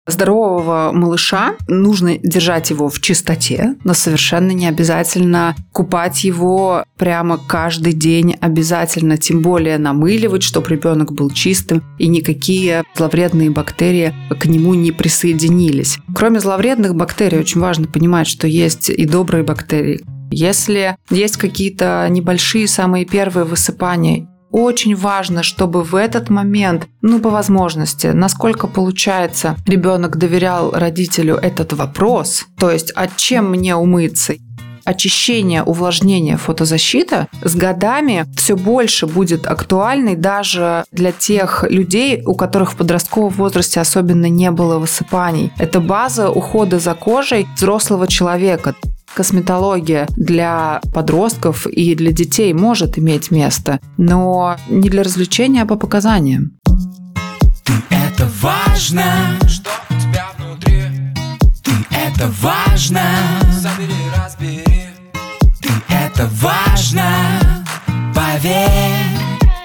Здорового малыша нужно держать его в чистоте, но совершенно не обязательно купать его прямо каждый день обязательно, тем более намыливать, чтобы ребенок был чистым и никакие зловредные бактерии к нему не присоединились. Кроме зловредных бактерий, очень важно понимать, что есть и добрые бактерии. Если есть какие-то небольшие, самые первые высыпания, очень важно, чтобы в этот момент, по возможности, насколько получается, ребенок доверял родителю этот вопрос, то есть, чем мне умыться? Очищение, увлажнение, фотозащита с годами все больше будет актуальной даже для тех людей, у которых в подростковом возрасте особенно не было высыпаний. Это база ухода за кожей взрослого человека. Косметология для подростков и для детей может иметь место, но не для развлечения, а по показаниям. Ты это важно, что у тебя внутри. Ты это важно, забери, разбери. Ты это важно, поверь.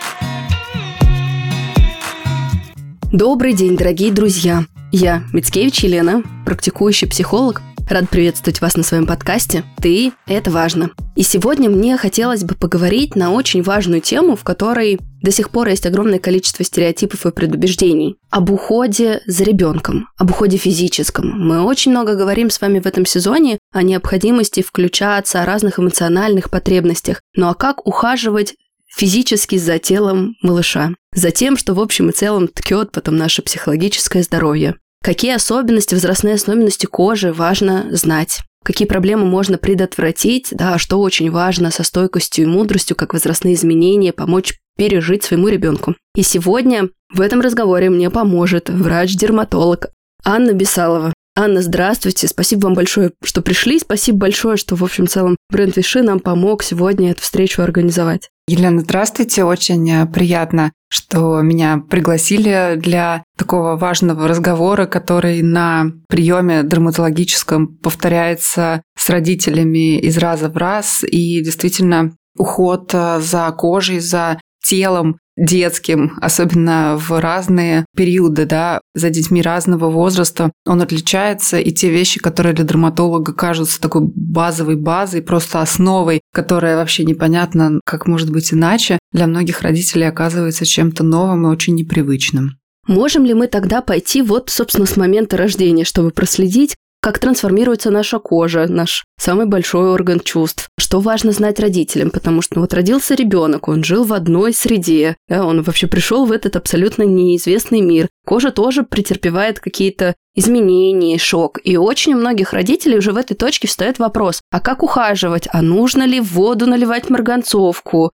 Добрый день, дорогие друзья! Я Мицкевич Елена, практикующий психолог. Рад приветствовать вас на своем подкасте «Ты – это важно». И сегодня мне хотелось бы поговорить на очень важную тему, в которой до сих пор есть огромное количество стереотипов и предубеждений. Об уходе за ребенком, об уходе физическом. Мы очень много говорим с вами в этом сезоне о необходимости включаться, о разных эмоциональных потребностях. Ну а как ухаживать физически за телом малыша? За тем, что в общем и целом ткет потом наше психологическое здоровье. Какие особенности, возрастные особенности кожи важно знать? Какие проблемы можно предотвратить, что очень важно со стойкостью и мудростью, как возрастные изменения, помочь пережить своему ребенку. И сегодня в этом разговоре мне поможет врач-дерматолог Анна Бесалова. Анна, здравствуйте. Спасибо вам большое, что пришли. Спасибо большое, что, в общем и целом, бренд Vichy нам помог сегодня эту встречу организовать. Елена, здравствуйте. Очень приятно, что меня пригласили для такого важного разговора, который на приеме дерматологическом повторяется с родителями из раза в раз. И действительно, уход за кожей, за телом детским, особенно в разные периоды, за детьми разного возраста, он отличается, и те вещи, которые для дерматолога кажутся такой базовой базой, просто основой, которая вообще непонятно, как может быть иначе, для многих родителей оказывается чем-то новым и очень непривычным. Можем ли мы тогда пойти собственно, с момента рождения, чтобы проследить, как трансформируется наша кожа, наш самый большой орган чувств? Что важно знать родителям? Потому что родился ребенок, он жил в одной среде, он вообще пришел в этот абсолютно неизвестный мир. Кожа тоже претерпевает какие-то изменения, шок. И очень у многих родителей уже в этой точке встает вопрос, а как ухаживать? А нужно ли в воду наливать марганцовку?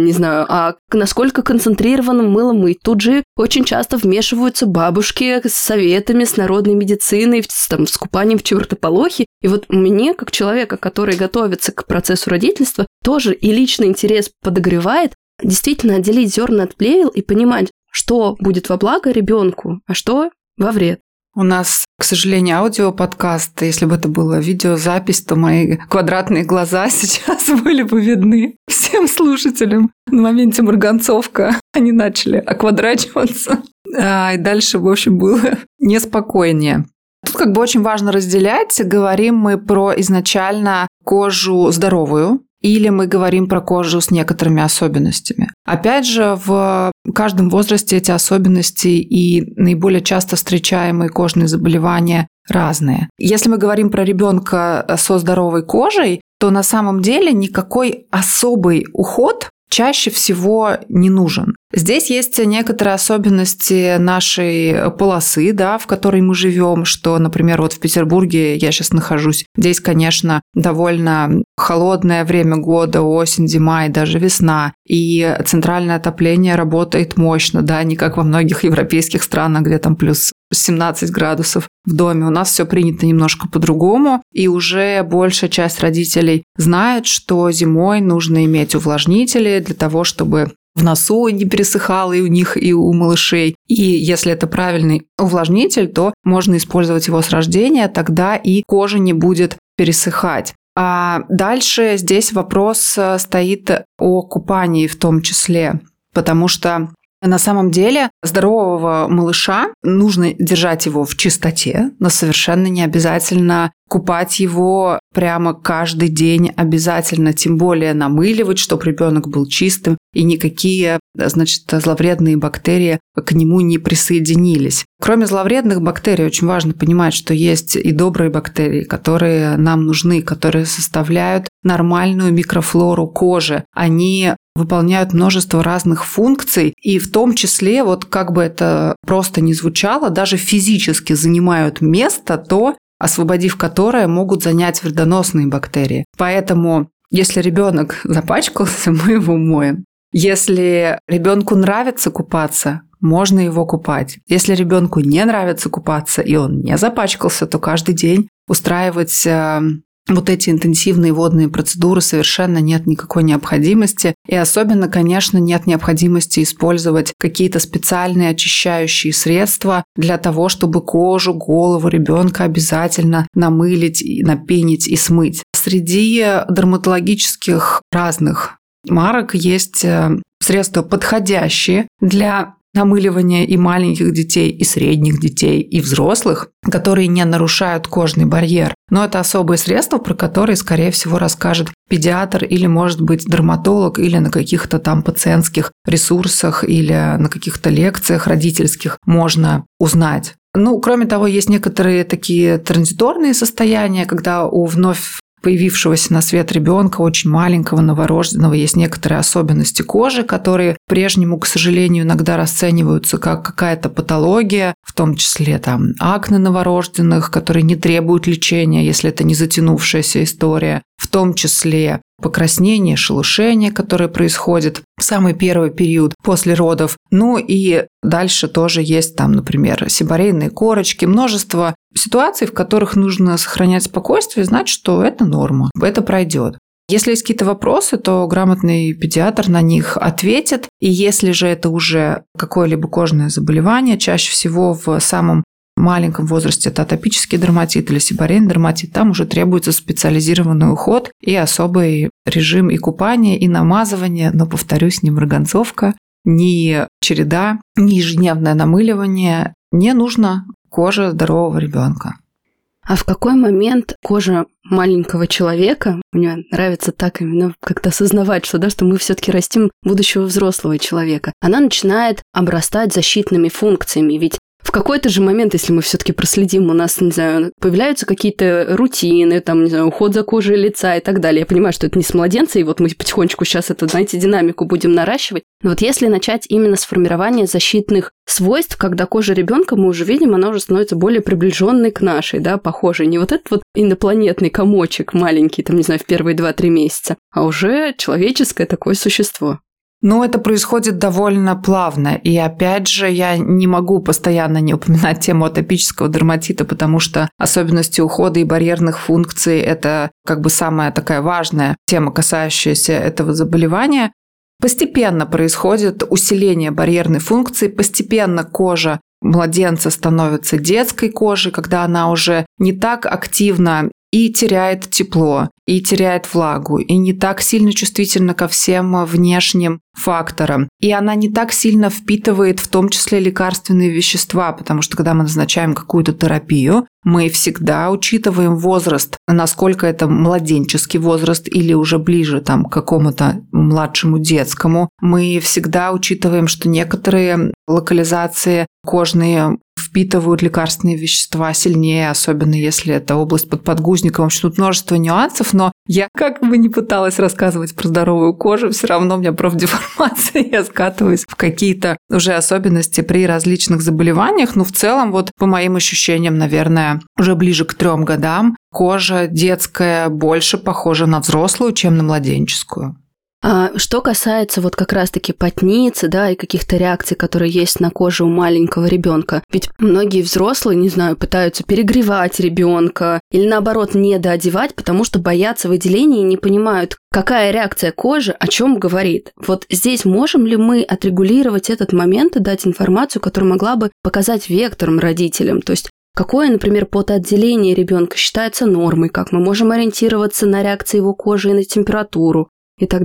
А насколько концентрированным мылом мыть? Тут же очень часто вмешиваются бабушки с советами, с народной медициной, с купанием в чертополохе. И мне, как человека, который готовится к процессу родительства, тоже и личный интерес подогревает действительно отделить зерна от плевел и понимать, что будет во благо ребенку, а что во вред. У нас, к сожалению, аудиоподкаст. Если бы это была видеозапись, то мои квадратные глаза сейчас были бы видны всем слушателям. На моменте марганцовка они начали оквадрачиваться. И дальше, в общем, было неспокойнее. Тут очень важно разделять, говорим мы про изначально кожу здоровую, или мы говорим про кожу с некоторыми особенностями. Опять же, в каждом возрасте эти особенности и наиболее часто встречаемые кожные заболевания разные. Если мы говорим про ребенка со здоровой кожей, то на самом деле никакой особый уход чаще всего не нужен. Здесь есть некоторые особенности нашей полосы, в которой мы живем, что, например, в Петербурге я сейчас нахожусь. Здесь, конечно, довольно холодное время года, осень, зима и даже весна. И центральное отопление работает мощно, не как во многих европейских странах, где там плюс 17 градусов в доме. У нас все принято немножко по-другому, и уже большая часть родителей знает, что зимой нужно иметь увлажнители для того, чтобы в носу не пересыхало и у них, и у малышей. И если это правильный увлажнитель, то можно использовать его с рождения, тогда и кожа не будет пересыхать. А дальше здесь вопрос стоит о купании в том числе, потому что На самом деле здорового малыша нужно держать его в чистоте, но совершенно не обязательно купать его прямо каждый день, обязательно, тем более намыливать, чтобы ребенок был чистым, и никакие, зловредные бактерии к нему не присоединились. Кроме зловредных бактерий, очень важно понимать, что есть и добрые бактерии, которые нам нужны, которые составляют нормальную микрофлору кожи. Они выполняют множество разных функций, и в том числе, как бы это просто ни звучало, даже физически занимают место то, освободив которое могут занять вредоносные бактерии. Поэтому, если ребенок запачкался, мы его моем. Если ребенку нравится купаться, можно его купать. Если ребенку не нравится купаться и он не запачкался, то каждый день устраивать эти интенсивные водные процедуры совершенно нет никакой необходимости. И особенно, конечно, нет необходимости использовать какие-то специальные очищающие средства для того, чтобы кожу, голову ребенка обязательно намылить, напенить и смыть. Среди дерматологических разных марок есть средства, подходящие для намыливания и маленьких детей, и средних детей, и взрослых, которые не нарушают кожный барьер. Но это особые средства, про которые, скорее всего, расскажет педиатр или, может быть, дерматолог, или на каких-то там пациентских ресурсах, или на каких-то лекциях родительских можно узнать. Кроме того, есть некоторые такие транзиторные состояния, когда у вновь появившегося на свет ребенка, очень маленького, новорожденного, есть некоторые особенности кожи, которые прежнему, к сожалению, иногда расцениваются как какая-то патология, в том числе акне новорожденных, которые не требуют лечения, если это не затянувшаяся история, в том числе покраснение, шелушение, которое происходит в самый первый период после родов. И дальше тоже есть например, сиборейные корочки, множество ситуаций, в которых нужно сохранять спокойствие, знать, что это норма, это пройдет. Если есть какие-то вопросы, то грамотный педиатр на них ответит. И если же это уже какое-либо кожное заболевание, чаще всего в самом маленьком возрасте это атопический дерматит или сиборейный дерматит, там уже требуется специализированный уход и особый режим и купания, и намазывания, но, повторюсь, не марганцовка, ни череда, ни ежедневное намыливание. Не нужно коже здорового ребенка. А в какой момент кожа маленького человека, мне нравится так именно как-то осознавать, что мы все-таки растим будущего взрослого человека, она начинает обрастать защитными функциями, ведь в какой-то же момент, если мы все-таки проследим, у нас, появляются какие-то рутины, уход за кожей лица и так далее. Я понимаю, что это не с младенца, и мы потихонечку сейчас динамику будем наращивать. Но если начать именно с формирования защитных свойств, когда кожа ребенка, мы уже видим, она уже становится более приближенной к нашей, похожей. Не этот инопланетный комочек маленький, в первые 2-3 месяца, а уже человеческое такое существо. Это происходит довольно плавно. И опять же, я не могу постоянно не упоминать тему атопического дерматита, потому что особенности ухода и барьерных функций – это самая такая важная тема, касающаяся этого заболевания. Постепенно происходит усиление барьерной функции, постепенно кожа младенца становится детской кожей, когда она уже не так активна и теряет тепло, и теряет влагу, и не так сильно чувствительна ко всем внешним факторам. И она не так сильно впитывает в том числе лекарственные вещества, потому что когда мы назначаем какую-то терапию, мы всегда учитываем возраст, насколько это младенческий возраст или уже ближе к какому-то младшему детскому. Мы всегда учитываем, что некоторые локализации кожные впитывают лекарственные вещества сильнее, особенно если это область под подгузником. В общем, тут множество нюансов, но я, как бы ни пыталась рассказывать про здоровую кожу, все равно у меня профдеформация, я скатываюсь в какие-то уже особенности при различных заболеваниях. Но в целом, по моим ощущениям, наверное, уже ближе к 3 годам кожа детская больше похожа на взрослую, чем на младенческую. А что касается как раз-таки потницы, и каких-то реакций, которые есть на коже у маленького ребенка, ведь многие взрослые, пытаются перегревать ребенка или наоборот недоодевать, потому что боятся выделения и не понимают, какая реакция кожи о чем говорит. Здесь можем ли мы отрегулировать этот момент и дать информацию, которая могла бы показать вектором родителям, то есть какое, например, потоотделение ребенка считается нормой, как мы можем ориентироваться на реакции его кожи и на температуру и так далее.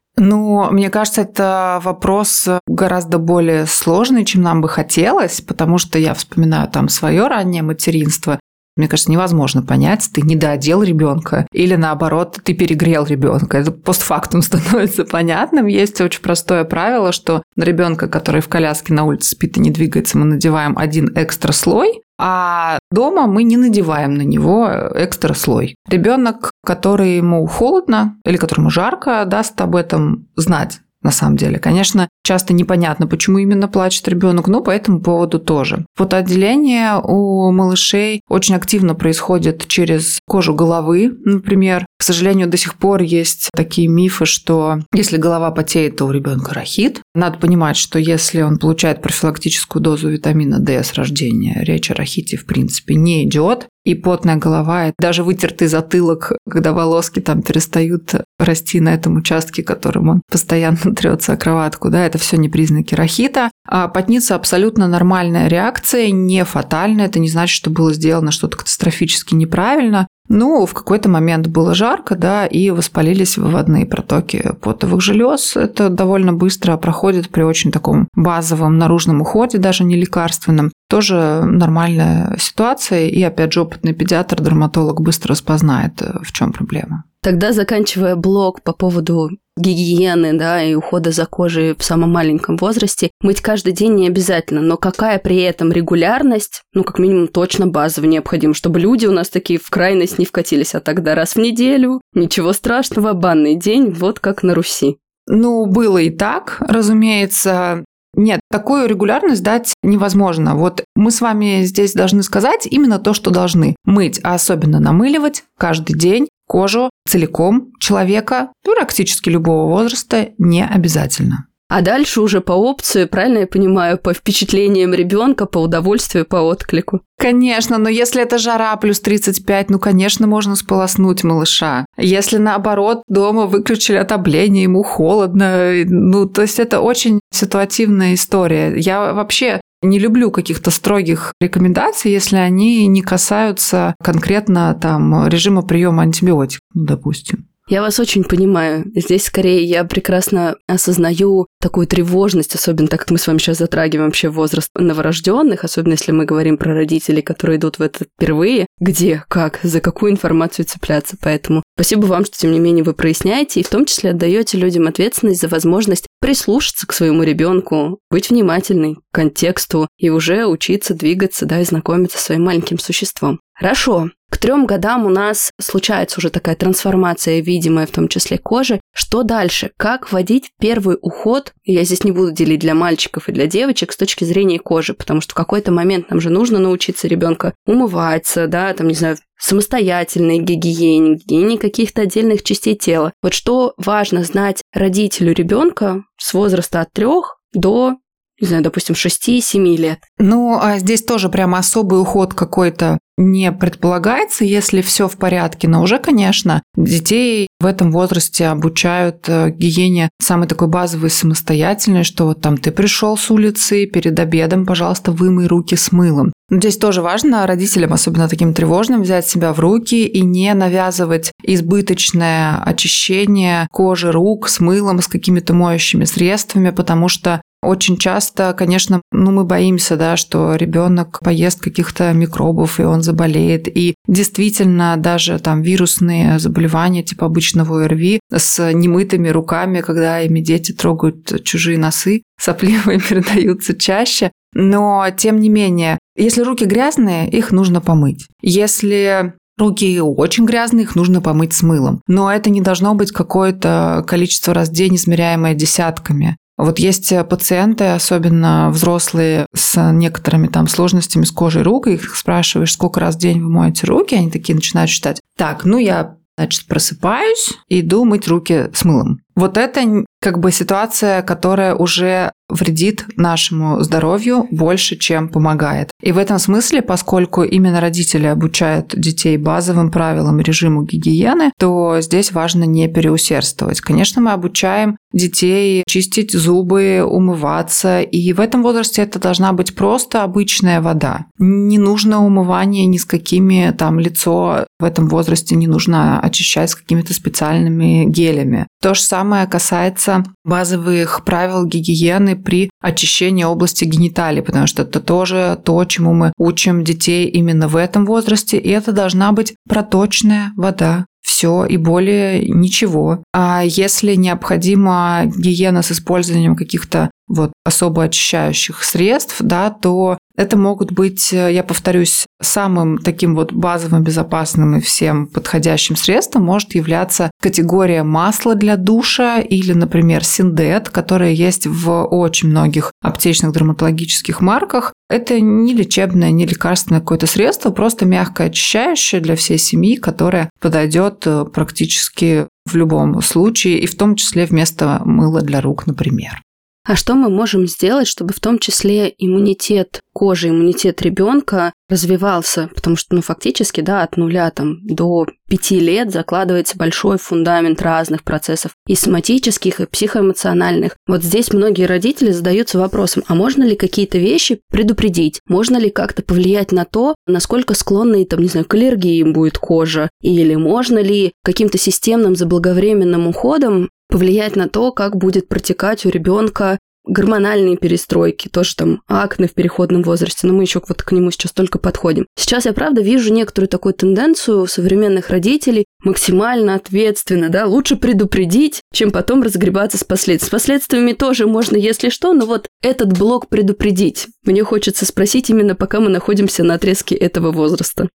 Ну, мне кажется, это вопрос гораздо более сложный, чем нам бы хотелось, потому что я вспоминаю там свое раннее материнство. Мне кажется, невозможно понять, ты недоодел ребенка или наоборот, ты перегрел ребенка. Это постфактум становится понятным. Есть очень простое правило, что на ребенка, который в коляске на улице спит и не двигается, мы надеваем один экстра слой, а дома мы не надеваем на него экстра слой. Ребенок, который ему холодно или которому жарко, даст об этом знать. На самом деле, конечно, часто непонятно, почему именно плачет ребенок, но по этому поводу тоже. Потоотделение у малышей очень активно происходит через кожу головы, например. К сожалению, до сих пор есть такие мифы, что если голова потеет, то у ребенка рахит. Надо понимать, что если он получает профилактическую дозу витамина D с рождения, речь о рахите в принципе не идет. И потная голова, и даже вытертый затылок, когда волоски там перестают расти на этом участке, которым он постоянно трется о кроватку, да, это все не признаки рахита. А потница абсолютно нормальная реакция, не фатальная. Это не значит, что было сделано что-то катастрофически неправильно. Ну, в какой-то момент было жарко, да, и воспалились выводные протоки потовых желез. Это довольно быстро проходит при очень таком базовом наружном уходе, даже не лекарственном. Тоже нормальная ситуация, и опять же опытный педиатр, дерматолог быстро распознает, в чем проблема. Тогда, заканчивая блог по поводу гигиены, да, и ухода за кожей в самом маленьком возрасте, мыть каждый день не обязательно, но какая при этом регулярность, ну, как минимум, точно базово необходима, чтобы люди у нас такие в крайность не вкатились, а тогда раз в неделю, ничего страшного, банный день, вот как на Руси. Ну, было и так, разумеется. Нет, такую регулярность дать невозможно. Вот мы с вами здесь должны сказать именно то, что должны. Мыть, а особенно намыливать каждый день кожу целиком человека, практически любого возраста, не обязательно. А дальше уже по опции, правильно я понимаю, по впечатлениям ребенка, по удовольствию, по отклику. Конечно, но если это жара плюс 35, ну, конечно, можно сполоснуть малыша. Если, наоборот, дома выключили отопление, ему холодно, ну, то есть это очень ситуативная история. Я вообще не люблю каких-то строгих рекомендаций, если они не касаются конкретно там режима приема антибиотиков, допустим. Я вас очень понимаю. Здесь, скорее, я прекрасно осознаю такую тревожность, особенно так как мы с вами сейчас затрагиваем вообще возраст новорожденных, особенно если мы говорим про родителей, которые идут в это впервые, где, как, за какую информацию цепляться. Поэтому спасибо вам, что, тем не менее, вы проясняете и в том числе отдаете людям ответственность за возможность прислушаться к своему ребенку, быть внимательной к контексту и уже учиться двигаться, да, и знакомиться со своим маленьким существом. Хорошо. К 3 годам у нас случается уже такая трансформация, видимая в том числе кожи. Что дальше? Как вводить первый уход? Я здесь не буду делить для мальчиков и для девочек с точки зрения кожи, потому что в какой-то момент нам же нужно научиться ребенка умываться, да, там, не знаю, самостоятельной гигиене каких-то отдельных частей тела. Вот что важно знать родителю ребенка с возраста от 3 до, не знаю, допустим, 6-7 лет. Ну, а здесь тоже прямо особый уход какой-то не предполагается, если все в порядке. Но уже, конечно, детей в этом возрасте обучают гигиене самой такой базовой самостоятельной, что вот там ты пришел с улицы, перед обедом, пожалуйста, вымой руки с мылом. Но здесь тоже важно родителям, особенно таким тревожным, взять себя в руки и не навязывать избыточное очищение кожи рук с мылом, с какими-то моющими средствами, потому что очень часто, конечно, мы боимся, да, что ребенок поест каких-то микробов, и он заболеет. И действительно, даже там вирусные заболевания типа обычного ОРВИ с немытыми руками, когда ими дети трогают чужие носы, сопливые передаются чаще. Но, тем не менее, если руки грязные, их нужно помыть. Если руки очень грязные, их нужно помыть с мылом. Но это не должно быть какое-то количество раз в день, измеряемое десятками. Вот есть пациенты, особенно взрослые, с некоторыми там сложностями с кожей рук, их спрашиваешь, сколько раз в день вы моете руки, они такие начинают считать. Так, я, значит, просыпаюсь и иду мыть руки с мылом. Вот это как бы ситуация, которая уже вредит нашему здоровью больше, чем помогает. И в этом смысле, поскольку именно родители обучают детей базовым правилам режиму гигиены, то здесь важно не переусердствовать. Конечно, мы обучаем детей чистить зубы, умываться, и в этом возрасте это должна быть просто обычная вода. Не нужно умывание ни с какими там лицо в этом возрасте не нужно очищать с какими-то специальными гелями. То же самое самое касается базовых правил гигиены при очищении области гениталий, потому что это тоже то, чему мы учим детей именно в этом возрасте, и это должна быть проточная вода. Все и более ничего. А если необходима гигиена с использованием каких-то особо очищающих средств, да, то это могут быть, я повторюсь, самым таким базовым, безопасным и всем подходящим средством может являться категория масла для душа или, например, Синдет, которое есть в очень многих аптечных дерматологических марках. Это не лечебное, не лекарственное какое-то средство, просто мягкое очищающее для всей семьи, которое подойдет практически в любом случае, и в том числе вместо мыла для рук, например. А что мы можем сделать, чтобы в том числе иммунитет кожи, иммунитет ребенка развивался? Потому что, фактически, от 0 до 5 лет закладывается большой фундамент разных процессов и соматических, и психоэмоциональных. Здесь многие родители задаются вопросом, а можно ли какие-то вещи предупредить? Можно ли как-то повлиять на то, насколько склонной, к аллергии будет кожа? Или можно ли каким-то системным заблаговременным уходом повлиять на то, как будет протекать у ребенка гормональные перестройки, тоже акне в переходном возрасте, но мы еще к нему сейчас только подходим. Сейчас я, правда, вижу некоторую такую тенденцию у современных родителей максимально ответственно, лучше предупредить, чем потом разгребаться с последствиями. С последствиями тоже можно, если что, но этот блок предупредить. Мне хочется спросить именно пока мы находимся на отрезке этого возраста.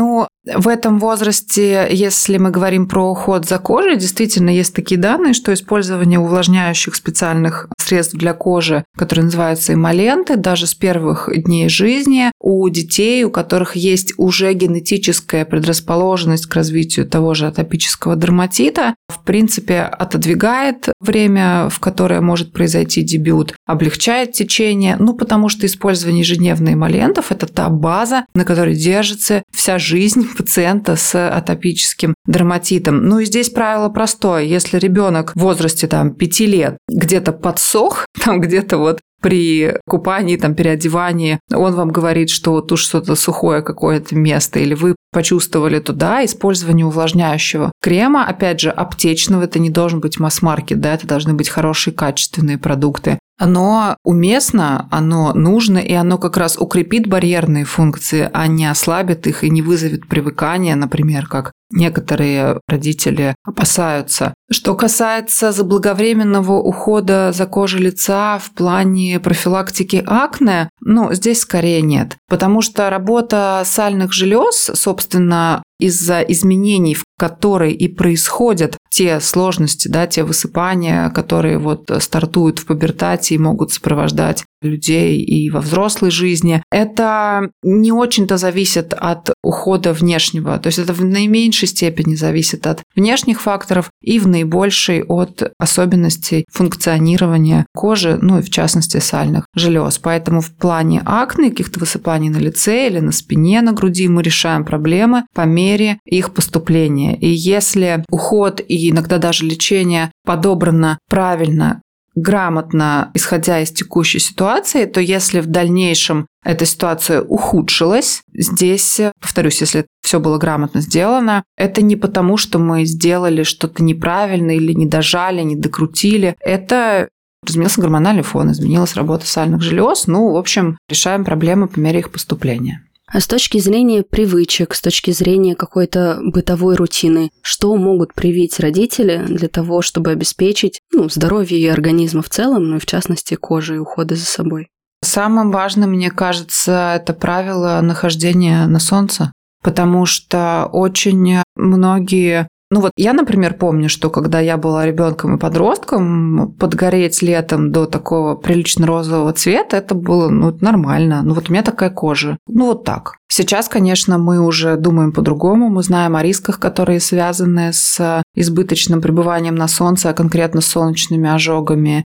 В этом возрасте, если мы говорим про уход за кожей, действительно есть такие данные, что использование увлажняющих специальных средств для кожи, которые называются эмоленты, даже с первых дней жизни у детей, у которых есть уже генетическая предрасположенность к развитию того же атопического дерматита, в принципе, отодвигает время, в которое может произойти дебют, облегчает течение, потому что использование ежедневных эмолентов – это та база, на которой держится вся жизнь пациента с атопическим дерматитом. И здесь правило простое. Если ребенок в возрасте 5 лет где-то подсох, где-то при купании, переодевании, он вам говорит, что тут что-то сухое какое-то место, или вы почувствовали туда, использование увлажняющего крема, опять же, аптечного, это не должен быть масс-маркет, это должны быть хорошие качественные продукты. Оно уместно, оно нужно, и оно как раз укрепит барьерные функции, а не ослабит их и не вызовет привыкания, например, как некоторые родители опасаются. Что касается заблаговременного ухода за кожей лица в плане профилактики акне, здесь скорее нет. Потому что работа сальных желез, собственно, из-за изменений, в которые и происходят те сложности, те высыпания, которые стартуют в пубертате и могут сопровождать людей и во взрослой жизни, это не очень-то зависит от ухода внешнего. То есть это в наименьшей степени зависит от внешних факторов и в наибольшей от особенностей функционирования кожи, и в частности сальных желез. Поэтому в плане акне, каких-то высыпаний на лице или на спине, на груди мы решаем проблемы по мере их поступления. И если уход и иногда даже лечение подобрано правильно, грамотно, исходя из текущей ситуации, то если в дальнейшем эта ситуация ухудшилась, здесь, повторюсь, если все было грамотно сделано, это не потому, что мы сделали что-то неправильно или не дожали, не докрутили. Это изменился гормональный фон, изменилась работа сальных желез. В общем, решаем проблемы по мере их поступления. А с точки зрения привычек, с точки зрения какой-то бытовой рутины, что могут привить родители для того, чтобы обеспечить здоровье и организма в целом, и в частности кожи и ухода за собой? Самым важным, мне кажется, это правило нахождения на солнце, потому что очень многие... я, например, помню, что когда я была ребенком и подростком, подгореть летом до такого прилично розового цвета, это было нормально. У меня такая кожа. Так. Сейчас, конечно, мы уже думаем по-другому. Мы знаем о рисках, которые связаны с избыточным пребыванием на солнце, а конкретно с солнечными ожогами.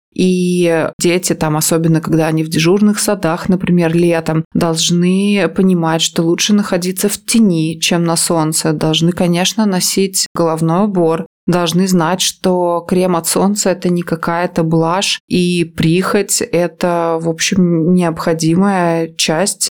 И дети, особенно когда они в дежурных садах, например, летом, должны понимать, что лучше находиться в тени, чем на солнце. Должны, конечно, носить головной убор. Должны знать, что крем от солнца – это не какая-то блажь, и прихоть – это, в общем, необходимая часть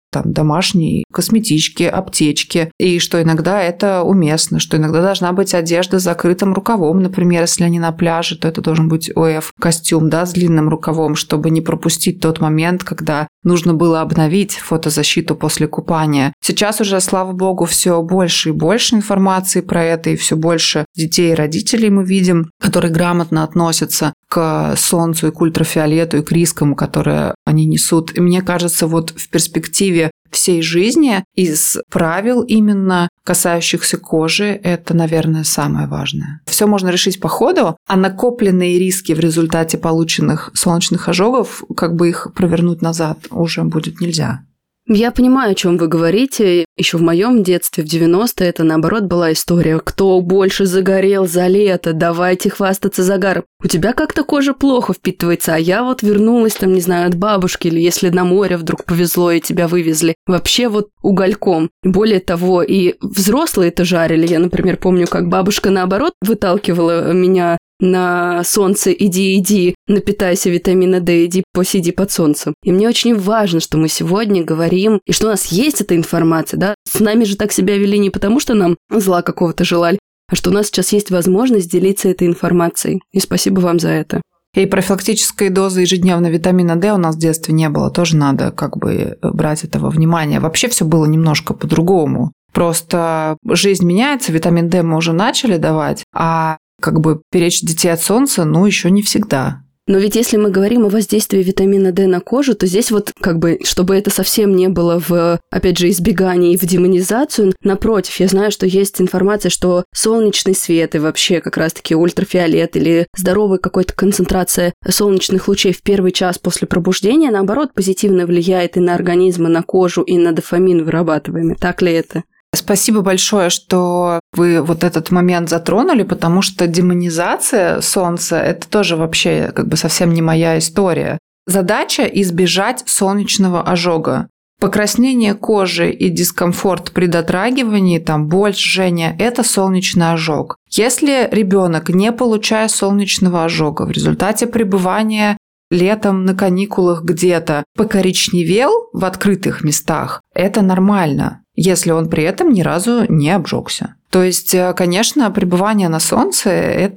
там домашние косметички, аптечки, и что иногда это уместно, что иногда должна быть одежда с закрытым рукавом, например, если они на пляже, то это должен быть ОФ-костюм, да, с длинным рукавом, чтобы не пропустить тот момент, когда нужно было обновить фотозащиту после купания. Сейчас уже, слава богу, все больше и больше информации про это, и все больше детей и родителей мы видим, которые грамотно относятся к солнцу и к ультрафиолету, и к рискам, которые они несут. И мне кажется, вот в перспективе всей жизни из правил именно касающихся кожи, это, наверное, самое важное. Все можно решить по ходу, а накопленные риски в результате полученных солнечных ожогов, как бы их провернуть назад уже будет нельзя. Я понимаю, о чем вы говорите. Еще в моем детстве, в 90-е, это, наоборот, была история. Кто больше загорел за лето, давайте хвастаться загаром. У тебя как-то кожа плохо впитывается, а я вот вернулась, там, не знаю, от бабушки, или если на море вдруг повезло и тебя вывезли, вообще вот угольком. Более того, и взрослые это жарили. Я, например, помню, как бабушка, наоборот, выталкивала меня на солнце, иди, напитайся витамина D, иди посиди под солнцем. И мне очень важно, что мы сегодня говорим, и что у нас есть эта информация, да. С нами же так себя вели не потому, что нам зла какого-то желали, а что у нас сейчас есть возможность делиться этой информацией. И спасибо вам за это. И профилактической дозы ежедневно витамина D у нас в детстве не было. Тоже надо как бы брать это во внимание. Вообще все было немножко по-другому. Просто жизнь меняется, витамин D мы уже начали давать, а как бы беречь детей от солнца, еще не всегда. Но ведь если мы говорим о воздействии витамина D на кожу, то здесь вот как бы, чтобы это совсем не было в, опять же, избегании и в демонизацию, напротив, я знаю, что есть информация, что солнечный свет и вообще как раз-таки ультрафиолет или здоровая какая-то концентрация солнечных лучей в первый час после пробуждения, наоборот, позитивно влияет и на организм, и на кожу, и на дофамин вырабатываемый. Так ли это? Спасибо большое, что вы вот этот момент затронули, потому что демонизация солнца – это тоже вообще как бы совсем не моя история. Задача – избежать солнечного ожога. Покраснение кожи и дискомфорт при дотрагивании, там боль, жжение – это солнечный ожог. Если ребенок, не получая солнечного ожога, в результате пребывания летом на каникулах где-то покоричневел в открытых местах, это нормально, если он при этом ни разу не обжегся. То есть, конечно, пребывание на солнце –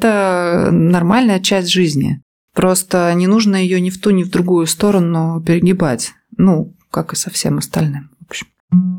это нормальная часть жизни. Просто не нужно ее ни в ту, ни в другую сторону перегибать. Как и со всем остальным, в общем.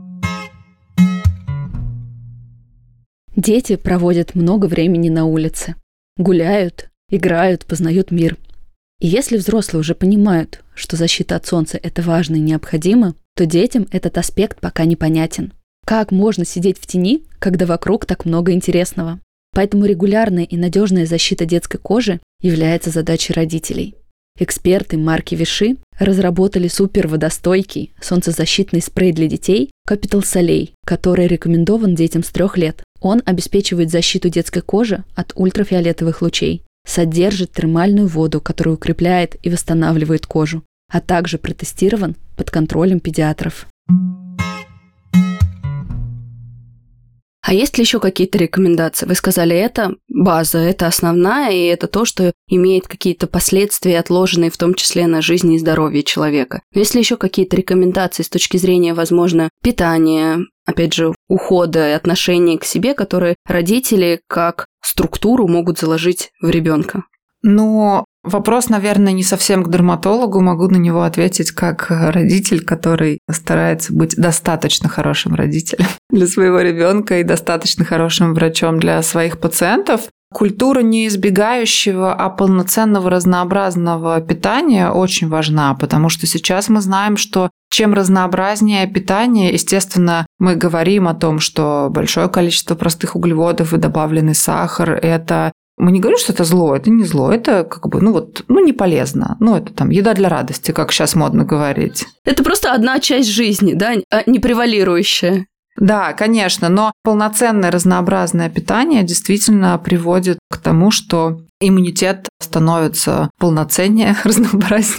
Дети проводят много времени на улице. Гуляют, играют, познают мир. И если взрослые уже понимают, что защита от солнца – это важно и необходимо, то детям этот аспект пока непонятен. Как можно сидеть в тени, когда вокруг так много интересного? Поэтому регулярная и надежная защита детской кожи является задачей родителей. Эксперты марки Vichy разработали суперводостойкий солнцезащитный спрей для детей Capital Soleil, который рекомендован детям с 3 лет. Он обеспечивает защиту детской кожи от ультрафиолетовых лучей, содержит термальную воду, которая укрепляет и восстанавливает кожу, а также протестирован под контролем педиатров. А есть ли еще какие-то рекомендации? Вы сказали, это база, это основная, и это то, что имеет какие-то последствия, отложенные в том числе на жизни и здоровье человека. Но есть ли еще какие-то рекомендации с точки зрения, возможно, питания, опять же, ухода и отношения к себе, которые родители как структуру могут заложить в ребенка? Вопрос, наверное, не совсем к дерматологу. Могу на него ответить как родитель, который старается быть достаточно хорошим родителем для своего ребенка и достаточно хорошим врачом для своих пациентов. Культура не избегающего, а полноценного разнообразного питания очень важна, потому что сейчас мы знаем, что чем разнообразнее питание, естественно, мы говорим о том, что большое количество простых углеводов и добавленный сахар – это мы не говорим, что это зло, это не зло, это как бы, не полезно. Это там еда для радости, как сейчас модно говорить. Это просто одна часть жизни, да, не превалирующая. Да, конечно, но полноценное разнообразное питание действительно приводит к тому, что иммунитет становится полноценнее, разнообразнее,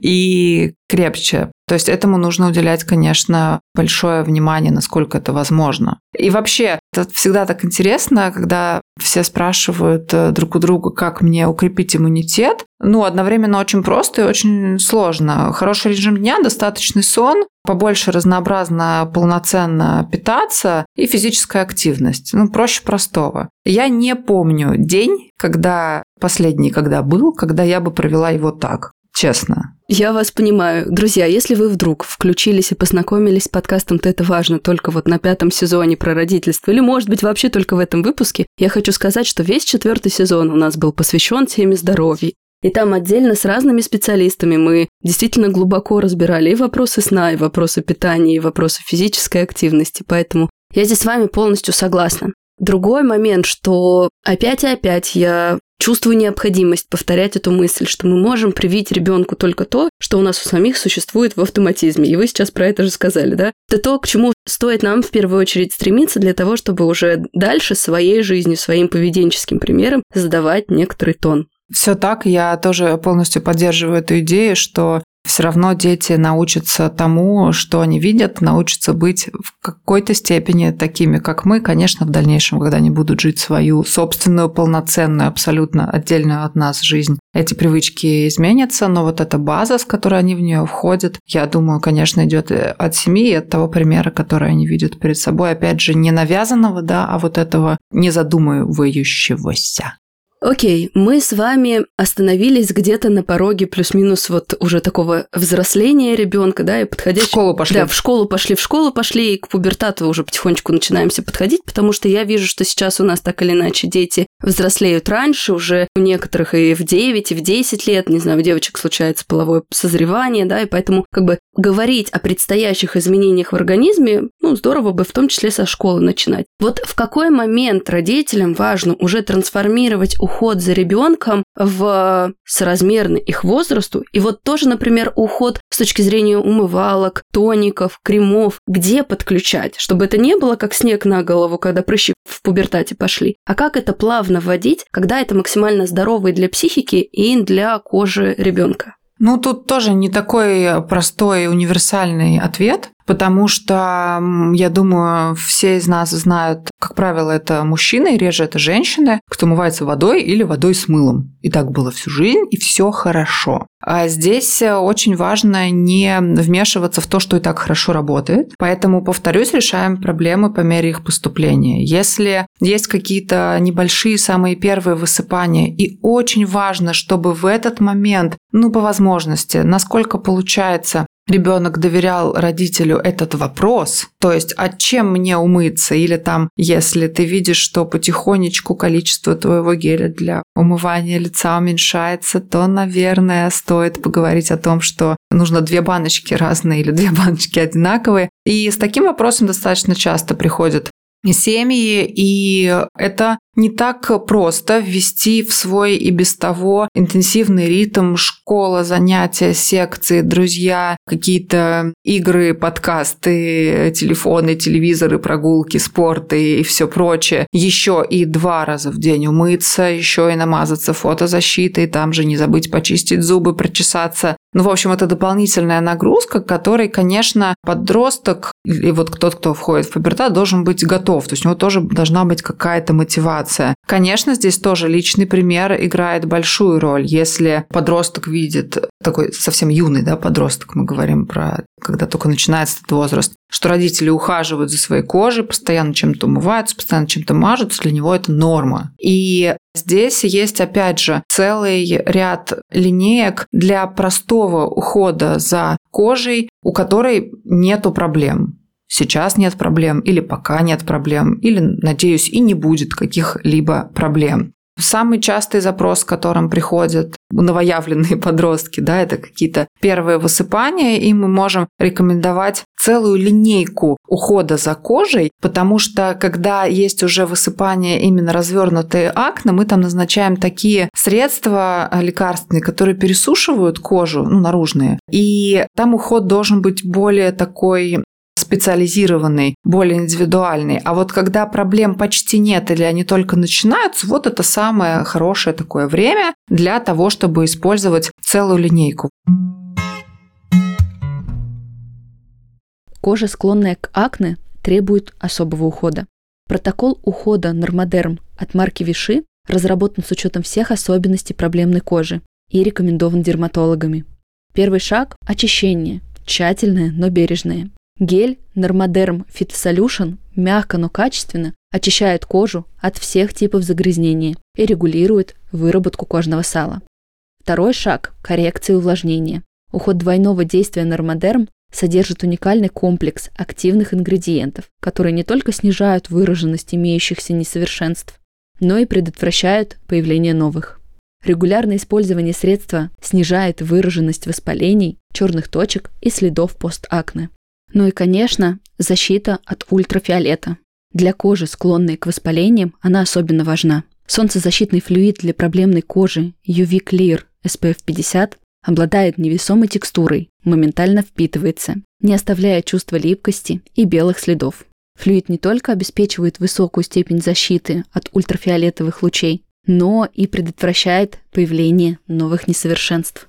и крепче. То есть этому нужно уделять, конечно, большое внимание, насколько это возможно. И вообще, это всегда так интересно, когда все спрашивают друг у друга, как мне укрепить иммунитет. Одновременно очень просто и очень сложно. Хороший режим дня, достаточный сон, побольше разнообразно, полноценно питаться и физическая активность. Проще простого. Я не помню день, последний, когда я бы провела его так. Честно. Я вас понимаю. Друзья, если вы вдруг включились и познакомились с подкастом «Ты это важно» только на 5-м сезоне про родительство, или, может быть, вообще только в этом выпуске, я хочу сказать, что весь 4-й сезон у нас был посвящен теме здоровья. И там отдельно с разными специалистами мы действительно глубоко разбирали и вопросы сна, и вопросы питания, и вопросы физической активности. Поэтому я здесь с вами полностью согласна. Другой момент, что опять и опять я чувствую необходимость повторять эту мысль, что мы можем привить ребенку только то, что у нас у самих существует в автоматизме. И вы сейчас про это же сказали, да? Это то, к чему стоит нам в первую очередь стремиться для того, чтобы уже дальше своей жизнью, своим поведенческим примером задавать некоторый тон. Все так, я тоже полностью поддерживаю эту идею, что все равно дети научатся тому, что они видят, научатся быть в какой-то степени такими, как мы. Конечно, в дальнейшем, когда они будут жить свою собственную, полноценную, абсолютно отдельную от нас жизнь, эти привычки изменятся, но вот эта база, с которой они в нее входят, я думаю, конечно, идет от семьи и от того примера, который они видят перед собой. Опять же, не навязанного, да, а вот этого не задумывающегося. Окей, мы с вами остановились где-то на пороге плюс-минус уже такого взросления ребенка, да, и подходящего... В школу пошли. Да, в школу пошли, и к пубертату уже потихонечку начинаемся подходить, потому что я вижу, что сейчас у нас так или иначе дети взрослеют раньше, уже у некоторых и в 9, и в 10 лет, не знаю, у девочек случается половое созревание, да, и поэтому говорить о предстоящих изменениях в организме, здорово бы в том числе со школы начинать. Вот в какой момент родителям важно уже трансформировать уход за ребенком в соразмерный их возрасту, и вот тоже, например, уход с точки зрения умывалок, тоников, кремов, где подключать, чтобы это не было как снег на голову, когда прыщи в пубертате пошли, а как это плавно вводить, когда это максимально здорово и для психики, и для кожи ребенка. Тут тоже не такой простой универсальный ответ, потому что, я думаю, все из нас знают, как правило, это мужчины, и реже это женщины, кто умывается водой или водой с мылом. И так было всю жизнь, и все хорошо. А здесь очень важно не вмешиваться в то, что и так хорошо работает. Поэтому, повторюсь, решаем проблемы по мере их поступления. Если есть какие-то небольшие, самые первые высыпания, и очень важно, чтобы в этот момент, по возможности, насколько получается, ребенок доверял родителю этот вопрос, то есть, а чем мне умыться? Или если ты видишь, что потихонечку количество твоего геля для умывания лица уменьшается, то, наверное, стоит поговорить о том, что нужно 2 баночки разные или 2 баночки одинаковые. И с таким вопросом достаточно часто приходят семьи, и это не так просто ввести в свой и без того интенсивный ритм: школа, занятия, секции, друзья, какие-то игры, подкасты, телефоны, телевизоры, прогулки, спорт и все прочее. Еще и 2 раза в день умыться, еще и намазаться фотозащитой, там же не забыть почистить зубы, прочесаться. В общем, это дополнительная нагрузка, к которой, конечно, подросток и вот тот, кто входит в пубертат, должен быть готов. То есть у него тоже должна быть какая-то мотивация. Конечно, здесь тоже личный пример играет большую роль. Если подросток видит, такой совсем юный, да, подросток, мы говорим про, когда только начинается этот возраст, что родители ухаживают за своей кожей, постоянно чем-то умываются, постоянно чем-то мажутся, для него это норма. И здесь есть, опять же, целый ряд линеек для простого ухода за кожей, у которой нету проблем. Сейчас нет проблем, или пока нет проблем, или, надеюсь, и не будет каких-либо проблем. Самый частый запрос, с которым приходят новоявленные подростки, да, это какие-то первые высыпания, и мы можем рекомендовать целую линейку ухода за кожей, потому что когда есть уже высыпания, именно развернутые акне, мы там назначаем такие средства лекарственные, которые пересушивают кожу, наружные, и там уход должен быть более такой специализированный, более индивидуальный. А вот когда проблем почти нет или они только начинаются, вот это самое хорошее такое время для того, чтобы использовать целую линейку. Кожа, склонная к акне, требует особого ухода. Протокол ухода Нормадерм от марки Vichy разработан с учетом всех особенностей проблемной кожи и рекомендован дерматологами. Первый шаг – очищение, тщательное, но бережное. Гель Нормадерм Phytosolution мягко, но качественно очищает кожу от всех типов загрязнения и регулирует выработку кожного сала. Второй шаг – коррекция увлажнения. Уход двойного действия Нормадерм содержит уникальный комплекс активных ингредиентов, которые не только снижают выраженность имеющихся несовершенств, но и предотвращают появление новых. Регулярное использование средства снижает выраженность воспалений, черных точек и следов постакне. Ну и, конечно, защита от ультрафиолета. Для кожи, склонной к воспалениям, она особенно важна. Солнцезащитный флюид для проблемной кожи UV Clear SPF 50 обладает невесомой текстурой, моментально впитывается, не оставляя чувства липкости и белых следов. Флюид не только обеспечивает высокую степень защиты от ультрафиолетовых лучей, но и предотвращает появление новых несовершенств.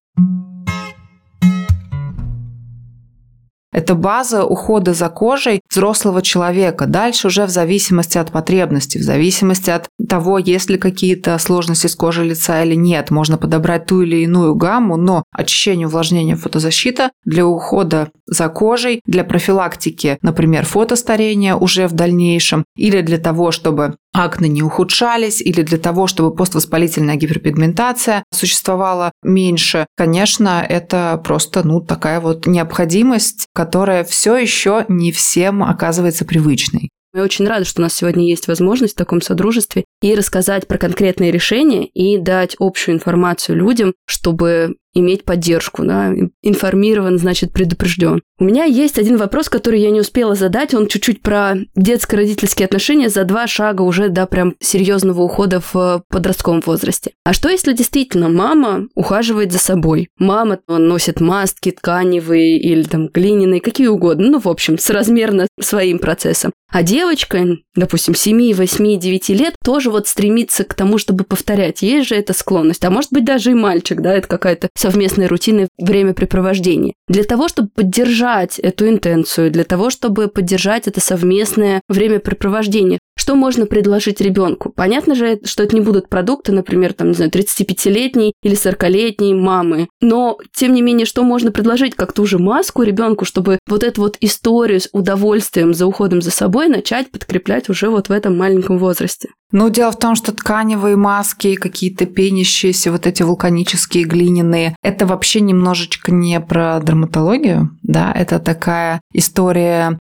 Это база ухода за кожей взрослого человека. Дальше уже в зависимости от потребностей, в зависимости от того, есть ли какие-то сложности с кожей лица или нет. Можно подобрать ту или иную гамму, но очищение, увлажнение, фотозащита для ухода за кожей, для профилактики, например, фотостарения уже в дальнейшем, или для того, чтобы акне не ухудшались, или для того, чтобы поствоспалительная гиперпигментация существовала меньше. Конечно, это просто такая вот необходимость, которая все еще не всем оказывается привычной. Я очень рада, что у нас сегодня есть возможность в таком содружестве и рассказать про конкретные решения и дать общую информацию людям, чтобы иметь поддержку, да, информирован, значит, предупрежден. У меня есть один вопрос, который я не успела задать, он чуть-чуть про детско-родительские отношения за 2 шага уже до прям серьезного ухода в подростковом возрасте. А что, если действительно мама ухаживает за собой? Мама носит маски тканевые или там глиняные, какие угодно, в общем, соразмерно своим процессом. А девочка, допустим, 7, 8, 9 лет тоже вот стремится к тому, чтобы повторять. Есть же эта склонность. А может быть, даже и мальчик, да, это какая-то совместной рутины времяпрепровождения. Для того, чтобы поддержать эту интенцию, для того, чтобы поддержать это совместное времяпрепровождение, что можно предложить ребенку? Понятно же, что это не будут продукты, например, 35-летней или 40-летней мамы. Но, тем не менее, что можно предложить, как ту же маску ребенку, чтобы вот эту вот историю с удовольствием за уходом за собой начать подкреплять уже вот в этом маленьком возрасте? Дело в том, что тканевые маски, какие-то пенящиеся, вот эти вулканические глиняные, это вообще немножечко не про дерматологию, да, это такая история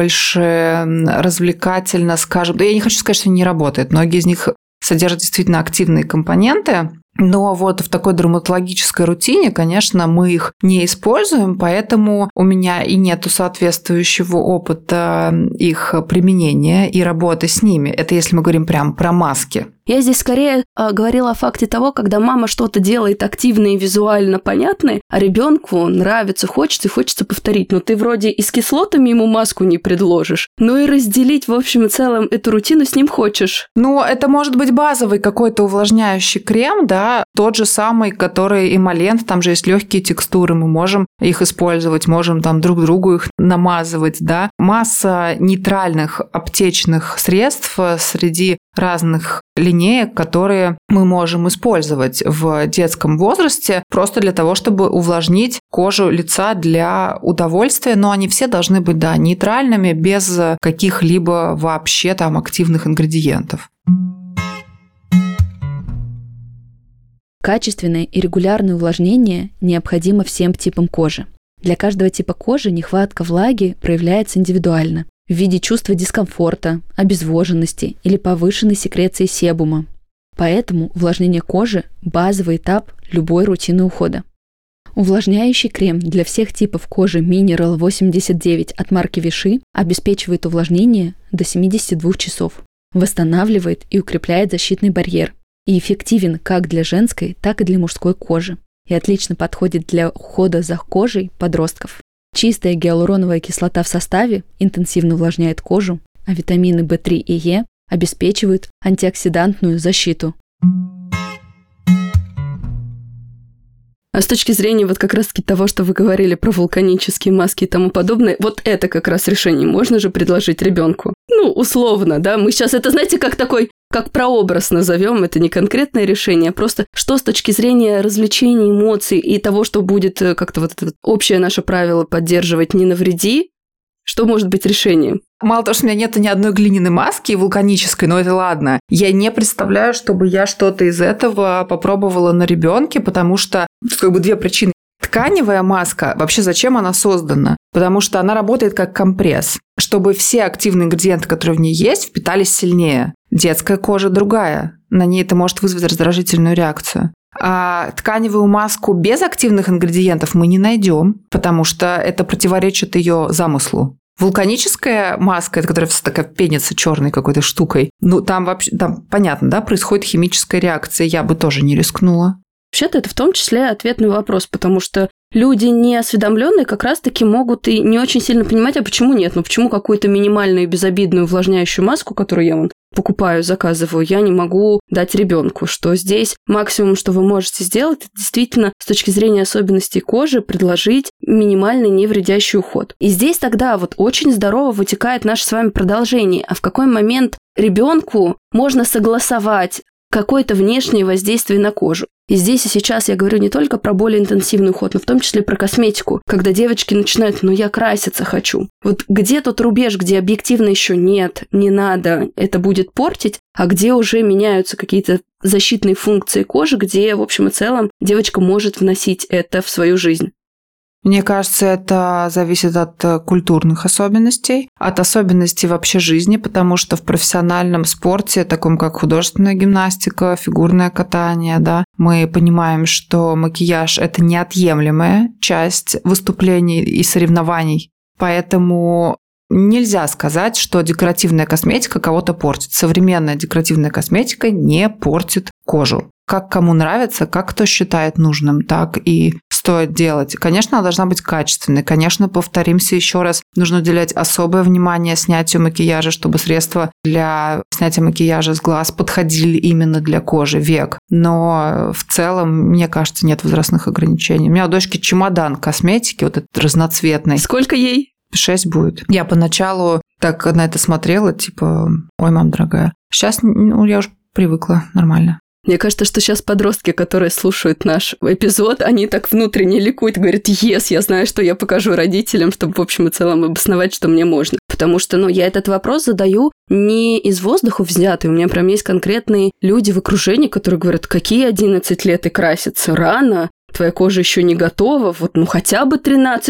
больше развлекательно, скажем. Я не хочу сказать, что не работает. Многие из них содержат действительно активные компоненты, но вот в такой дерматологической рутине, конечно, мы их не используем, поэтому у меня и нету соответствующего опыта их применения и работы с ними. Это если мы говорим прям про маски. Я здесь скорее говорила о факте того, когда мама что-то делает активно и визуально понятное, а ребенку нравится, хочется повторить. Но ты вроде и с кислотами ему маску не предложишь, но и разделить в общем и целом эту рутину с ним хочешь. Это может быть базовый какой-то увлажняющий крем, да, тот же самый, который эмолент, там же есть легкие текстуры, мы можем их использовать, можем там друг другу их намазывать, да. Масса нейтральных аптечных средств среди разных линеек, которые мы можем использовать в детском возрасте просто для того, чтобы увлажнить кожу лица для удовольствия, но они все должны быть, да, нейтральными, без каких-либо вообще там активных ингредиентов. Качественное и регулярное увлажнение необходимо всем типам кожи. Для каждого типа кожи нехватка влаги проявляется индивидуально в виде чувства дискомфорта, обезвоженности или повышенной секреции себума. Поэтому увлажнение кожи – базовый этап любой рутины ухода. Увлажняющий крем для всех типов кожи Mineral 89 от марки Vichy обеспечивает увлажнение до 72 часов, восстанавливает и укрепляет защитный барьер и эффективен как для женской, так и для мужской кожи и отлично подходит для ухода за кожей подростков. Чистая гиалуроновая кислота в составе интенсивно увлажняет кожу, а витамины В3 и Е обеспечивают антиоксидантную защиту. А с точки зрения вот как раз-таки того, что вы говорили про вулканические маски и тому подобное, вот это как раз решение можно же предложить ребенку. Ну, условно, да, мы сейчас это, знаете, как такой, как прообраз назовем, это не конкретное решение, а просто что с точки зрения развлечений, эмоций и того, что будет как-то вот это общее наше правило поддерживать «не навреди», что может быть решением? Мало того, что у меня нет ни одной глиняной маски вулканической, но это ладно. Я не представляю, чтобы я что-то из этого попробовала на ребенке, потому что как бы две причины. Тканевая маска, вообще зачем она создана? Потому что она работает как компресс, чтобы все активные ингредиенты, которые в ней есть, впитались сильнее. Детская кожа другая, на ней это может вызвать раздражительную реакцию. А тканевую маску без активных ингредиентов мы не найдем, потому что это противоречит ее замыслу. Вулканическая маска, это которая вся такая пенится черной какой-то штукой, ну там вообще, там понятно, да, происходит химическая реакция, я бы тоже не рискнула. Вообще-то это в том числе ответный вопрос, потому что люди неосведомленные как раз-таки могут и не очень сильно понимать, а почему нет, ну почему какую-то минимальную безобидную увлажняющую маску, которую я покупаю, заказываю, я не могу дать ребенку, что здесь максимум, что вы можете сделать, это действительно с точки зрения особенностей кожи предложить минимальный невредящий уход. И здесь тогда вот очень здорово вытекает наше с вами продолжение, а в какой момент ребенку можно согласовать какое-то внешнее воздействие на кожу. И здесь и сейчас я говорю не только про более интенсивный уход, но в том числе про косметику, когда девочки начинают, ну я краситься хочу. Вот где тот рубеж, где объективно еще нет, не надо, это будет портить, а где уже меняются какие-то защитные функции кожи, где, в общем и целом, девочка может вносить это в свою жизнь. Мне кажется, это зависит от культурных особенностей, от особенностей вообще жизни, потому что в профессиональном спорте, таком как художественная гимнастика, фигурное катание, да, мы понимаем, что макияж – это неотъемлемая часть выступлений и соревнований. Поэтому нельзя сказать, что декоративная косметика кого-то портит. Современная декоративная косметика не портит кожу. Как кому нравится, как кто считает нужным, так и стоит делать. Конечно, она должна быть качественной. Конечно, повторимся еще раз, нужно уделять особое внимание снятию макияжа, чтобы средства для снятия макияжа с глаз подходили именно для кожи, век. Но в целом, мне кажется, нет возрастных ограничений. У меня у дочки чемодан косметики, вот этот разноцветный. Сколько ей? 6 будет. Я поначалу так на это смотрела, типа, ой, мам дорогая. Сейчас я уже привыкла, нормально. Мне кажется, что сейчас подростки, которые слушают наш эпизод, они так внутренне ликуют, говорят, yes, я знаю, что я покажу родителям, чтобы в общем и целом обосновать, что мне можно. Потому что, я этот вопрос задаю не из воздуха взятый. У меня прям есть конкретные люди в окружении, которые говорят, какие 11 лет и краситься рано, твоя кожа еще не готова, вот хотя бы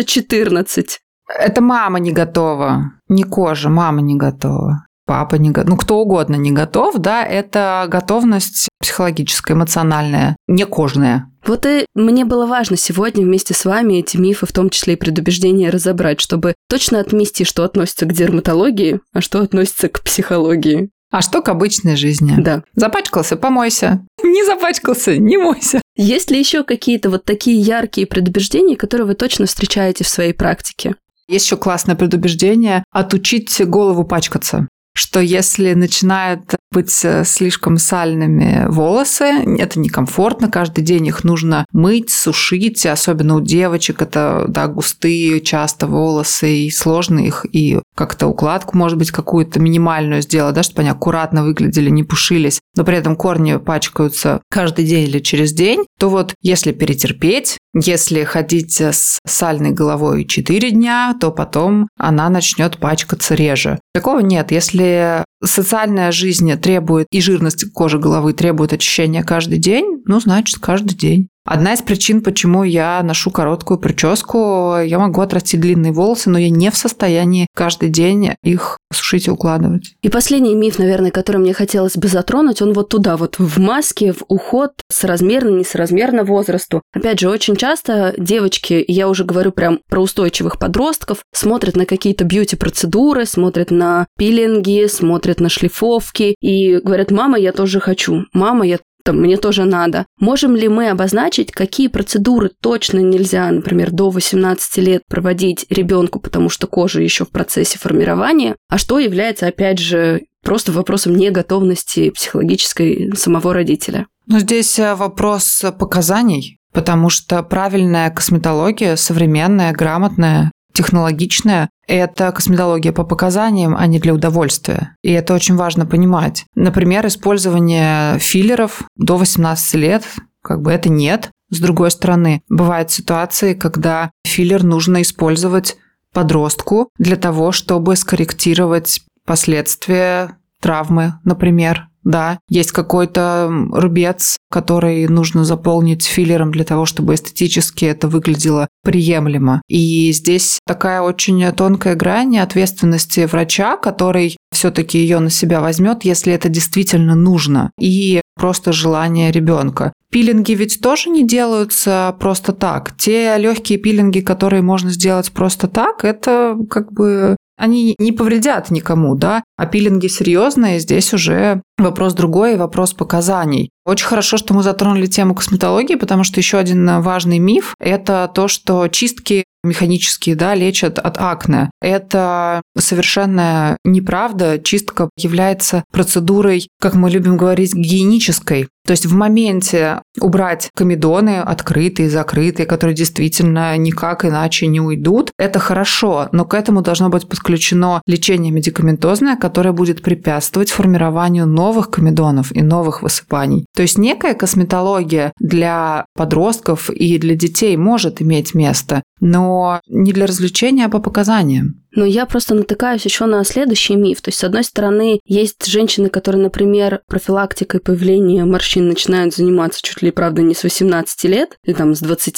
13-14. Это мама не готова, не кожа, мама не готова. Папа не готов, кто угодно не готов, да, это готовность психологическая, эмоциональная, не кожная. Вот и мне было важно сегодня вместе с вами эти мифы, в том числе и предубеждения, разобрать, чтобы точно отмести, что относится к дерматологии, а что относится к психологии. А что к обычной жизни? Да. Запачкался – помойся. Не запачкался – не мойся. Есть ли еще какие-то вот такие яркие предубеждения, которые вы точно встречаете в своей практике? Есть еще классное предубеждение – отучить голову пачкаться. Что если начинают быть слишком сальными волосы, это некомфортно, каждый день их нужно мыть, сушить, особенно у девочек это густые часто волосы, и сложно их, и как-то укладку, может быть, какую-то минимальную сделать, чтобы они аккуратно выглядели, не пушились, но при этом корни пачкаются каждый день или через день, то вот если перетерпеть, если ходить с сальной головой 4 дня, то потом она начнет пачкаться реже. Такого нет. Если социальная жизнь требует, и жирность кожи головы требует очищения каждый день, значит, каждый день. Одна из причин, почему я ношу короткую прическу, я могу отрастить длинные волосы, но я не в состоянии каждый день их сушить и укладывать. И последний миф, наверное, который мне хотелось бы затронуть, он вот туда, вот в маске, в уход соразмерно, несоразмерно возрасту. Опять же, очень часто девочки, я уже говорю прям про устойчивых подростков, смотрят на какие-то бьюти-процедуры, смотрят на пилинги, смотрят на шлифовки и говорят, мама, я тоже хочу, мама, мне тоже надо. Можем ли мы обозначить, какие процедуры точно нельзя, например, до 18 лет проводить ребенку, потому что кожа еще в процессе формирования, а что является, опять же, просто вопросом неготовности психологической самого родителя? Здесь вопрос показаний, потому что правильная косметология, современная, грамотная, технологичная – это косметология по показаниям, а не для удовольствия. И это очень важно понимать. Например, использование филлеров до 18 лет, это нет. С другой стороны, бывают ситуации, когда филлер нужно использовать подростку для того, чтобы скорректировать последствия травмы, например. Да, есть какой-то рубец, который нужно заполнить филлером для того, чтобы эстетически это выглядело приемлемо. И здесь такая очень тонкая грань ответственности врача, который все-таки ее на себя возьмет, если это действительно нужно, и просто желание ребенка. Пилинги ведь тоже не делаются просто так. Те легкие пилинги, которые можно сделать просто так, это они не повредят никому, да? А пилинги серьезные, здесь уже вопрос другой, вопрос показаний. Очень хорошо, что мы затронули тему косметологии, потому что еще один важный миф – это то, что чистки механические, лечат от акне. Это совершенная неправда. Чистка является процедурой, как мы любим говорить, гигиенической. То есть в моменте убрать комедоны открытые, закрытые, которые действительно никак иначе не уйдут, это хорошо, но к этому должно быть подключено лечение медикаментозное, которое будет препятствовать формированию новых комедонов и новых высыпаний. То есть некая косметология для подростков и для детей может иметь место, но не для развлечения, а по показаниям. Но я просто натыкаюсь еще на следующий миф. То есть, с одной стороны, есть женщины, которые, например, профилактикой появления морщин начинают заниматься чуть ли, правда, не с 18 лет, или с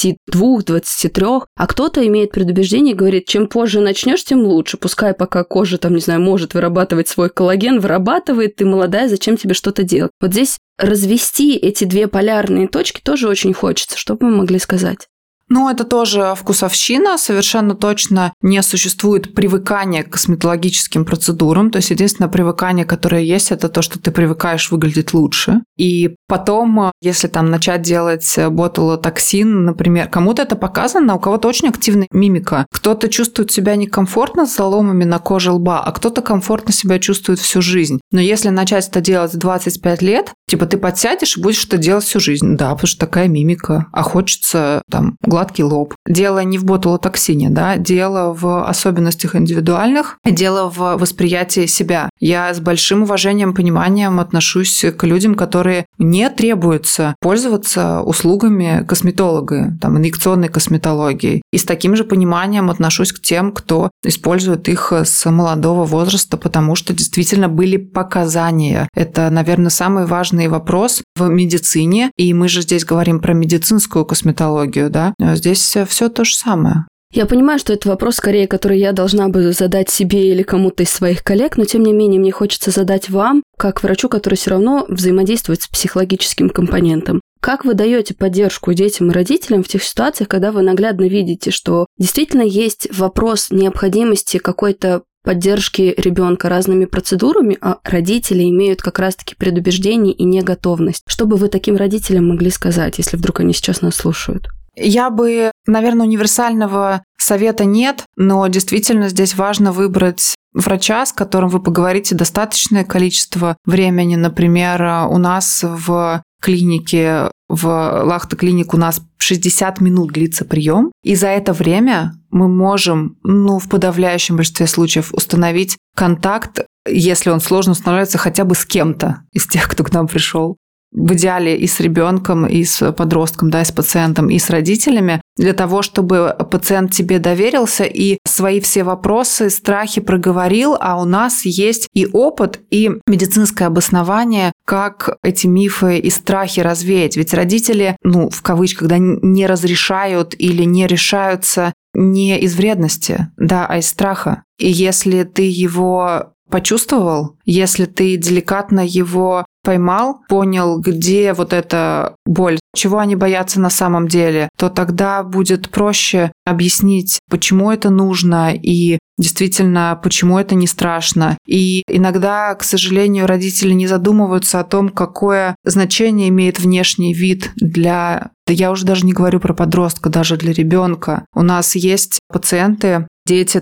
22-23, а кто-то имеет предубеждение и говорит, чем позже начнешь, тем лучше. Пускай пока кожа, может вырабатывать свой коллаген, вырабатывает, ты молодая, зачем тебе что-то делать? Вот здесь развести эти две полярные точки тоже очень хочется. Что бы мы могли сказать? Это тоже вкусовщина. Совершенно точно не существует привыкания к косметологическим процедурам. То есть единственное привыкание, которое есть, это то, что ты привыкаешь выглядеть лучше. И потом, если начать делать ботулотоксин, например, кому-то это показано, у кого-то очень активная мимика. Кто-то чувствует себя некомфортно с заломами на коже лба, а кто-то комфортно себя чувствует всю жизнь. Но если начать это делать в 25 лет, ты подсядешь и будешь это делать всю жизнь. Да, потому что такая мимика. А хочется гладкий лоб. Дело не в ботулотоксине, дело в особенностях индивидуальных, дело в восприятии себя. Я с большим уважением, пониманием отношусь к людям, которые не требуются пользоваться услугами косметолога, инъекционной косметологией. И с таким же пониманием отношусь к тем, кто использует их с молодого возраста, потому что действительно были показания. Это, наверное, самый важный вопрос в медицине. И мы же здесь говорим про медицинскую косметологию, Здесь все то же самое. Я понимаю, что это вопрос, скорее, который я должна бы задать себе или кому-то из своих коллег, но тем не менее мне хочется задать вам, как врачу, который все равно взаимодействует с психологическим компонентом. Как вы даете поддержку детям и родителям в тех ситуациях, когда вы наглядно видите, что действительно есть вопрос необходимости какой-то поддержки ребенка разными процедурами, а родители имеют как раз-таки предубеждение и неготовность? Что бы вы таким родителям могли сказать, если вдруг они сейчас нас слушают? Я бы, наверное, универсального совета нет, но действительно здесь важно выбрать врача, с которым вы поговорите достаточное количество времени. Например, у нас в клинике, в Лахта-клиник у нас 60 минут длится прием, и за это время мы можем, в подавляющем большинстве случаев, установить контакт, если он сложно устанавливается, хотя бы с кем-то из тех, кто к нам пришел. В идеале и с ребенком, и с подростком, и с пациентом, и с родителями, для того, чтобы пациент тебе доверился и свои все вопросы, страхи проговорил, а у нас есть и опыт, и медицинское обоснование, как эти мифы и страхи развеять. Ведь родители, в кавычках, не разрешают или не решаются не из вредности, а из страха. И если ты его почувствовал, если ты деликатно его поймал, понял, где вот эта боль, чего они боятся на самом деле, то тогда будет проще объяснить, почему это нужно и действительно, почему это не страшно. И иногда, к сожалению, родители не задумываются о том, какое значение имеет внешний вид для... Да я уже даже не говорю про подростка, даже для ребенка. У нас есть пациенты, дети,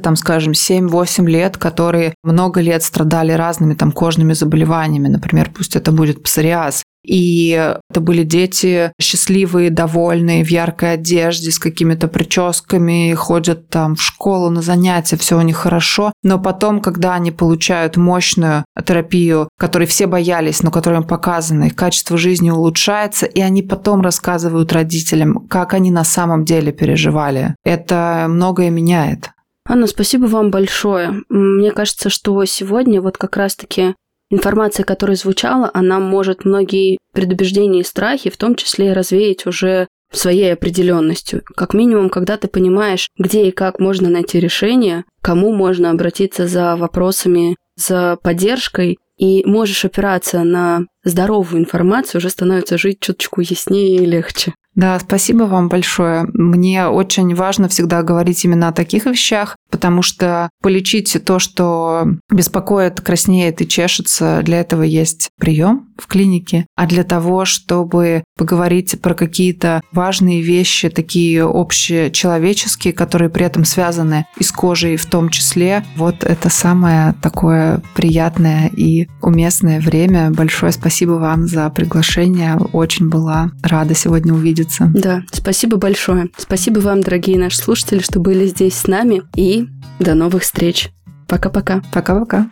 7-8 лет, которые много лет страдали разными кожными заболеваниями. Например, пусть это будет псориаз. И это были дети счастливые, довольные, в яркой одежде, с какими-то прическами, ходят там в школу на занятия, все у них хорошо. Но потом, когда они получают мощную терапию, которой все боялись, но которой им показано, их качество жизни улучшается, и они потом рассказывают родителям, как они на самом деле переживали. Это многое меняет. Анна, спасибо вам большое. Мне кажется, что сегодня вот как раз-таки информация, которая звучала, она может многие предубеждения и страхи, в том числе развеять уже своей определенностью. Как минимум, когда ты понимаешь, где и как можно найти решение, кому можно обратиться за вопросами, за поддержкой, и можешь опираться на здоровую информацию, уже становится жить чуточку яснее и легче. Да, спасибо вам большое. Мне очень важно всегда говорить именно о таких вещах, потому что полечить то, что беспокоит, краснеет и чешется, для этого есть прием в клинике. А для того, чтобы поговорить про какие-то важные вещи, такие общечеловеческие, которые при этом связаны и с кожей в том числе, вот это самое такое приятное и уместное время. Большое спасибо вам за приглашение. Очень была рада сегодня увидеться. Да, спасибо большое. Спасибо вам, дорогие наши слушатели, что были здесь с нами. И до новых встреч. Пока-пока. Пока-пока.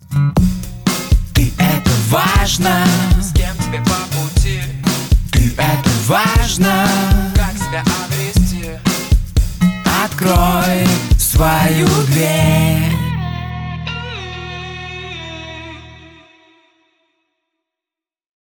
Ты это важно. С кем тебе по пути? Ты это важно. Как себя обрести? Открой свою дверь.